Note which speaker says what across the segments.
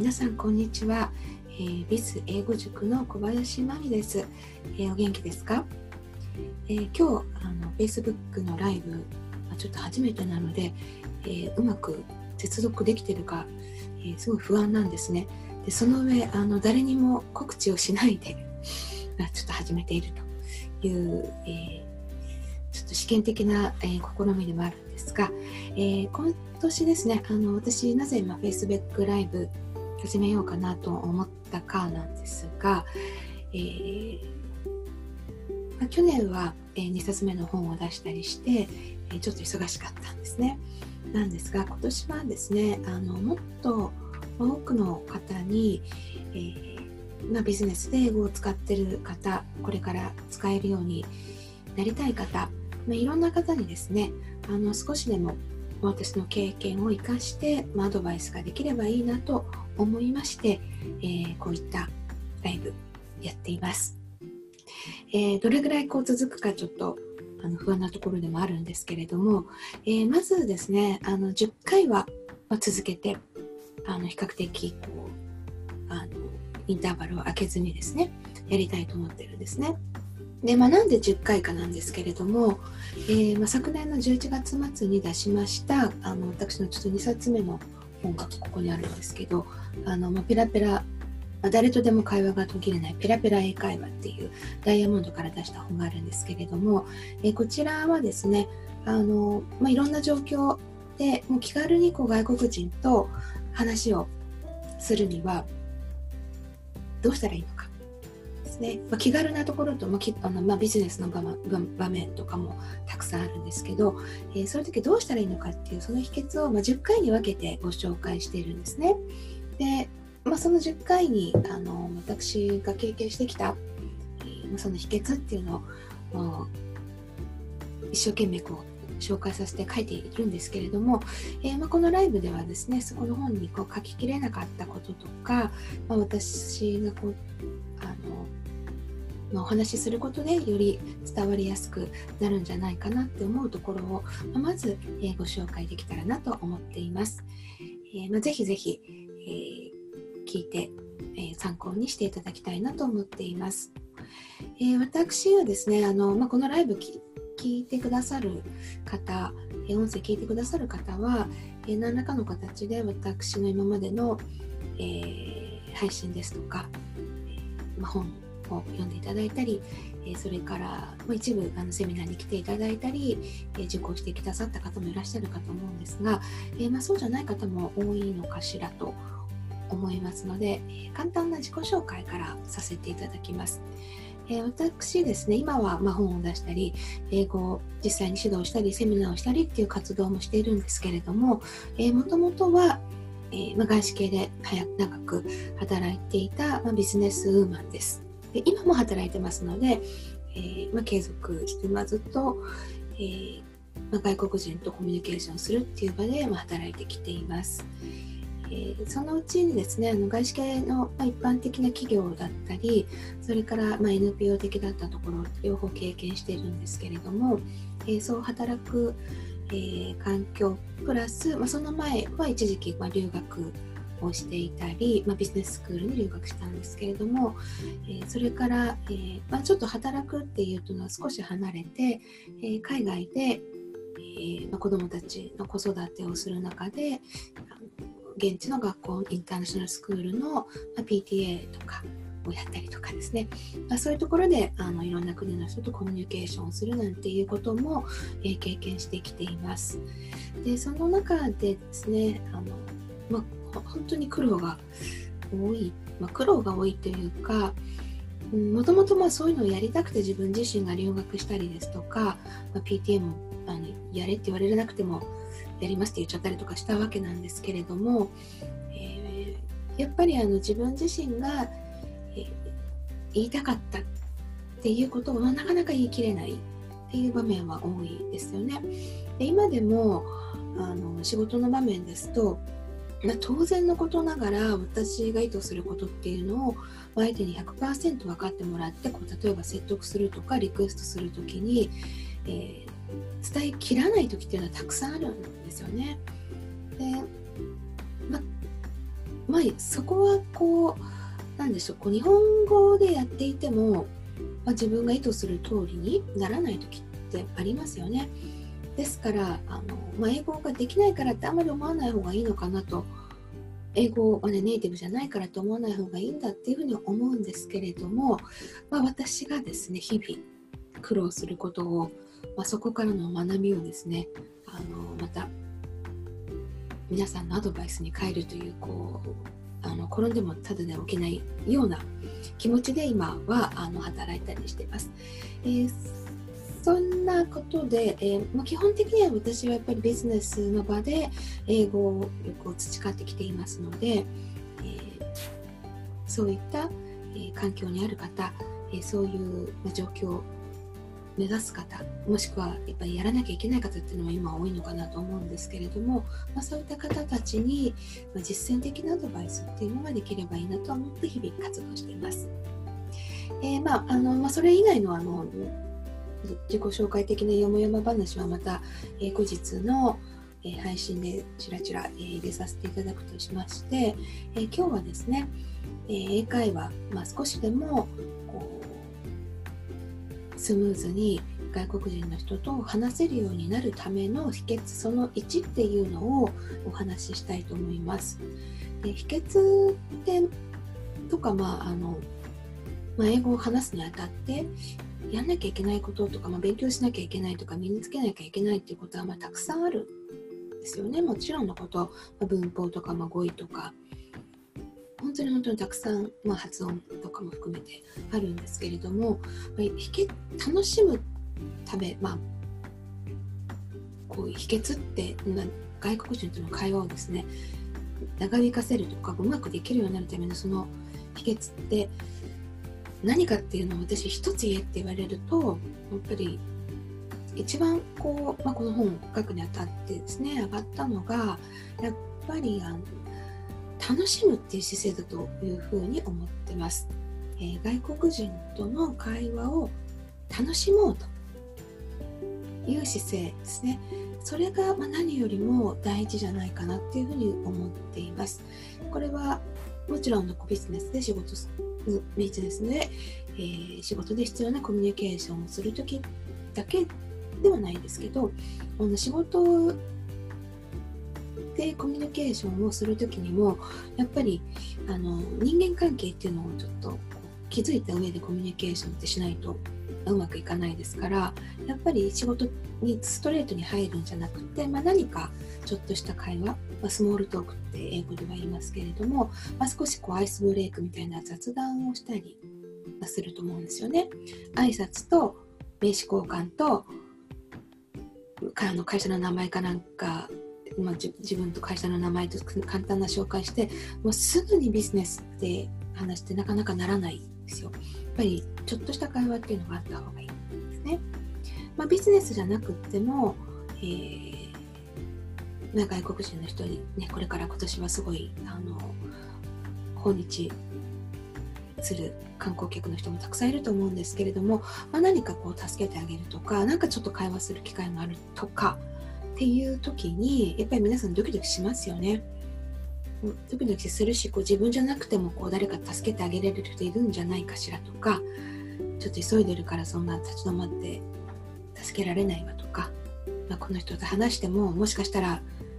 Speaker 1: 皆さんこんにちは。ビス英語塾の小林真美です。お元気ですか？今日Facebook のライブちょっと初めてなので、うまく接続できているか、すごい不安なんですね。でその上誰にも告知をしないでちょっと始めているという、ちょっと試験的な、試みでもあるんですが、今年ですね私なぜFacebook ライブ始めようかなと思ったかなんですが、去年は、2冊目の本を出したりして、ちょっと忙しかったんですね。なんですが今年はですねもっと多くの方に、ビジネスで英語を使っている方、これから使えるようになりたい方、いろんな方にですね少しでも私の経験を生かして、アドバイスができればいいなと思いまして、こういったライブやっています。どれぐらい続くかちょっと不安なところでもあるんですけれども、まずですね10回は続けて比較的インターバルを空けずにですねやりたいと思ってるんですね。でなんで10回かなんですけれども、昨年の11月末に出しました私のちょっと2冊目の本がここにあるんですけど、ペラペラ誰とでも会話が途切れないペラペラ英会話っていうダイヤモンドから出した本があるんですけれども、こちらはですねいろんな状況でもう気軽に外国人と話をするにはどうしたらいいのかですね。気軽なところとビジネスの場面とかもたくさんあるんですけど、そういう時どうしたらいいのかっていうその秘訣を10回に分けてご紹介しているんですね。でその10回に私が経験してきた、その秘訣っていうのを一生懸命紹介させて書いているんですけれども、このライブではですねそこの本に書ききれなかったこととか、私がお話しすることでより伝わりやすくなるんじゃないかなって思うところをまずご紹介できたらなと思っています。ぜひぜひ聞いて参考にしていただきたいなと思っています。私はですねこのライブ聞いてくださる方、音声聞いてくださる方は何らかの形で私の今までの配信ですとか本を読んでいただいたり、それから一部セミナーに来ていただいたり受講してくださった方もいらっしゃるかと思うんですが、そうじゃない方も多いのかしらと思いますので、簡単な自己紹介からさせていただきます。私ですね今は本を出したり英語を実際に指導したりセミナーをしたりっていう活動もしているんですけれども、もともとは外資系で長く働いていたビジネスウーマンです。で今も働いてますので、継続してずっと、外国人とコミュニケーションするっていう場で働いてきています。そのうちにですね外資系の一般的な企業だったりそれから NPO 的だったところ両方経験しているんですけれども、そう働く環境プラス、その前は一時期留学をしていたり、ビジネススクールに留学したんですけれども、それから、ちょっと働くっていうのは少し離れて、海外で、子どもたちの子育てをする中で現地の学校インターナショナルスクールの PTA とかをやったりとかですね、そういうところでいろんな国の人とコミュニケーションをするなんていうことも、経験してきています。でその中でですね本当に苦労が多い、というかもともとそういうのをやりたくて自分自身が留学したりですとか、PTA もやれって言われなくてもやりますって言っちゃったりとかしたわけなんですけれども、やっぱり自分自身が言いたかったっていうことをなかなか言い切れないっていう場面は多いですよね。で今でも仕事の場面ですと、当然のことながら私が意図することっていうのを相手に 100% 分かってもらって例えば説得するとかリクエストするときに、伝えきらない時っていうのはたくさんあるんですよね。でそこはなんでしょう、日本語でやっていても、自分が意図する通りにならない時ってありますよね。ですから英語ができないからってあまり思わない方がいいのかなと、英語は、ネイティブじゃないからと思わない方がいいんだっていうふうに思うんですけれども、私がですね日々苦労することを、そこからの学びをですねまた皆さんのアドバイスに変えるという転んでもただで起きないような気持ちで今は働いたりしています。そんなことで、基本的には私はやっぱりビジネスの場で英語力を培ってきていますので、そういった、環境にある方、そういう、状況を目指す方、もしくはやっぱりやらなきゃいけない方っていうのは今多いのかなと思うんですけれども、そういった方たちに、実践的なアドバイスっていうのができればいいなと思って日々活動しています。それ以外の自己紹介的なよもやま話はまた、後日の、配信でちらちら、入れさせていただくとしまして、今日はですね、英会話、少しでもスムーズに外国人の人と話せるようになるための秘訣その1っていうのをお話ししたいと思います。で、秘訣ってとか、英語を話すにあたってやんなきゃいけないこととか、勉強しなきゃいけないとか身につけなきゃいけないっていうことはたくさんあるんですよね。もちろんのこと、文法とか語彙とか本当にたくさん、発音とかも含めてあるんですけれども、楽しむため、こういう秘訣って、外国人との会話をですね長引かせるとかうまくできるようになるためのその秘訣って何かっていうのを私一つ言えって言われると、やっぱり一番この本を書くにあたってですね上がったのがやっぱり楽しむっていう姿勢だというふうに思ってます。外国人との会話を楽しもうという姿勢ですね。それが何よりも大事じゃないかなっていうふうに思っています。これはもちろんビジネスで仕事で必要なコミュニケーションをするときだけではないですけど、仕事でコミュニケーションをするときにもやっぱり人間関係っていうのをちょっと築いた上でコミュニケーションってしないとうまくいかないですから、やっぱり仕事にストレートに入るんじゃなくて、何かちょっとした会話、スモールトークって英語では言いますけれども、少しアイスブレイクみたいな雑談をしたりすると思うんですよね。挨拶と名刺交換と会社の名前かなんか、自分と会社の名前と簡単な紹介して、もうすぐにビジネスって話してなかなかならないんですよ。やっぱりちょっとした会話っていうのがあった方がいいですね。ビジネスじゃなくっても、外国人の人にね、これから今年はすごい訪日する観光客の人もたくさんいると思うんですけれども、何か助けてあげるとか、なんかちょっと会話する機会があるとかっていう時にやっぱり皆さんドキドキしますよね。ドキドキするし、自分じゃなくても誰か助けてあげられる人いるんじゃないかしらとか、ちょっと急いでるからそんな立ち止まって助けられないわとか、この人と話してももしかしたら、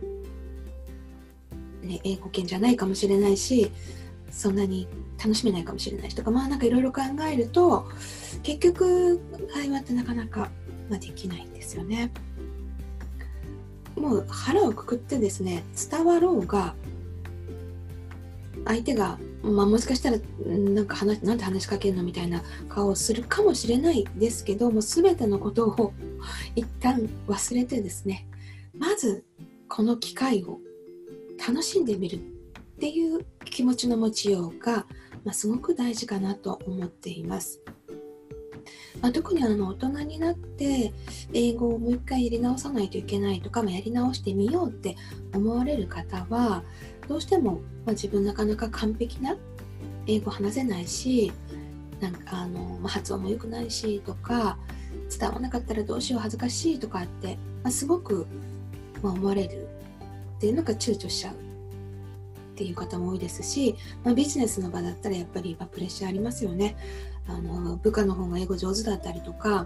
Speaker 1: 英語圏じゃないかもしれないし、そんなに楽しめないかもしれないしとか、なんかいろいろ考えると結局会話ってなかなか、できないんですよね。もう腹をくくってですね、伝わろうが相手が、もしかしたらなんで話しかけるのみたいな顔をするかもしれないですけども、全てのことを一旦忘れてですね、まずこの機会を楽しんでみるっていう気持ちの持ちようが、すごく大事かなと思っています。特に大人になって英語をもう一回やり直さないといけないとか、やり直してみようって思われる方は、どうしても、自分なかなか完璧な英語話せないし、発音も良くないしとか、伝わらなかったらどうしよう恥ずかしいとかって、すごく、思われるっていうのが躊躇しちゃうっていう方も多いですし、ビジネスの場だったらやっぱりプレッシャーありますよね。部下の方が英語上手だったりとか、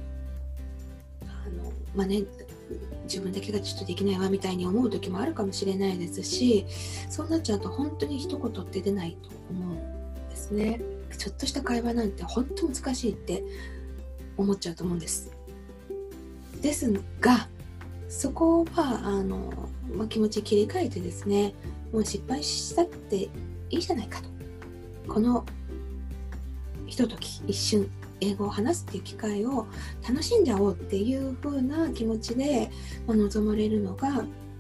Speaker 1: 自分だけがちょっとできないわみたいに思う時もあるかもしれないですし、そうなっちゃうと本当に一言って出ないと思うんですね。ちょっとした会話なんて本当難しいって思っちゃうと思うんです。ですが、そこは気持ち切り替えてですね、もう失敗したっていいじゃないかと、このひととき一瞬英語を話すっていう機会を楽しんじゃおうっていう風な気持ちで臨まれるのが、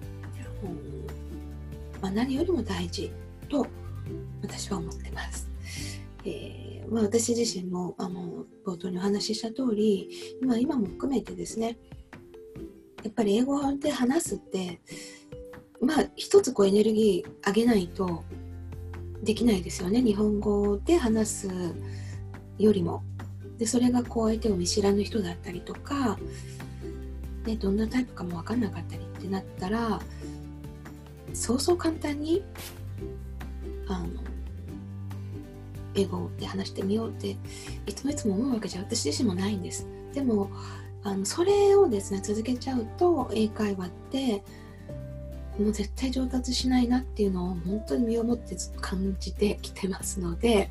Speaker 1: 何よりも大事と私は思ってます。私自身も冒頭にお話しした通り、今も含めてですね、やっぱり英語で話すって一つエネルギー上げないとできないですよね。日本語で話すよりも。でそれが相手を見知らぬ人だったりとか、どんなタイプかも分かんなかったりってなったら、そうそう簡単に英語で話してみようっていつも思うわけじゃ私自身もないんです。でもそれをですね続けちゃうと、英会話ってもう絶対上達しないなっていうのを本当に身をもって感じてきてますので、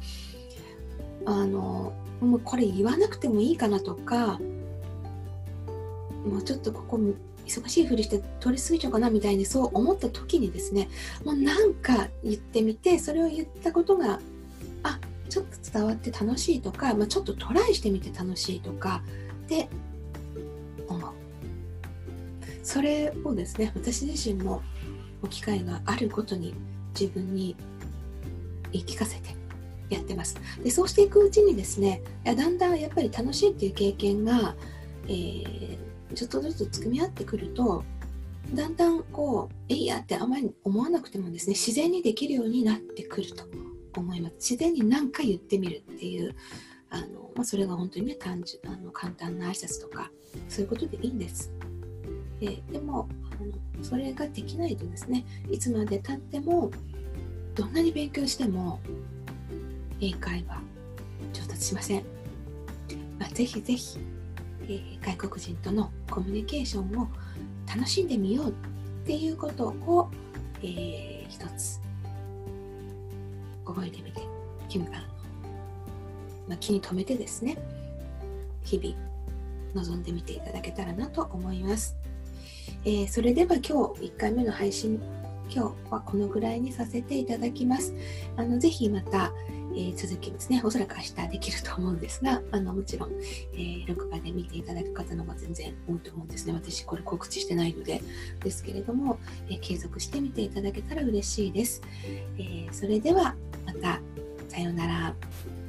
Speaker 1: もうこれ言わなくてもいいかなとか、もうちょっとここ忙しいふりして取り過ぎちゃうかなみたいにそう思った時にですね、もうなんか言ってみて、それを言ったことがちょっと伝わって楽しいとか、ちょっとトライしてみて楽しいとかって思う。それをですね、私自身も機会があることに自分に言い聞かせてやってます。でそうしていくうちにですね、だんだんやっぱり楽しいっていう経験が、ちょっとずつ積み合ってくると、だんだんいいやってあまり思わなくてもですね、自然にできるようになってくると思います。自然に何か言ってみるっていう、それが本当にね簡単な挨拶とかそういうことでいいんです。でもそれができないとですね、いつまで経ってもどんなに勉強しても英会話上達しません。ぜひぜひ、外国人とのコミュニケーションを楽しんでみようっていうことを、一つ覚えてみて、気に留めてですね、日々臨んでみていただけたらなと思います。それでは今日1回目の配信、今日はこのぐらいにさせていただきます。ぜひまた、続きですね、おそらく明日できると思うんですが、もちろん、録画で見ていただく方の方が全然多いと思うんですね。私これ告知してないのでですけれども、継続してみていただけたら嬉しいです。それではまた、さようなら。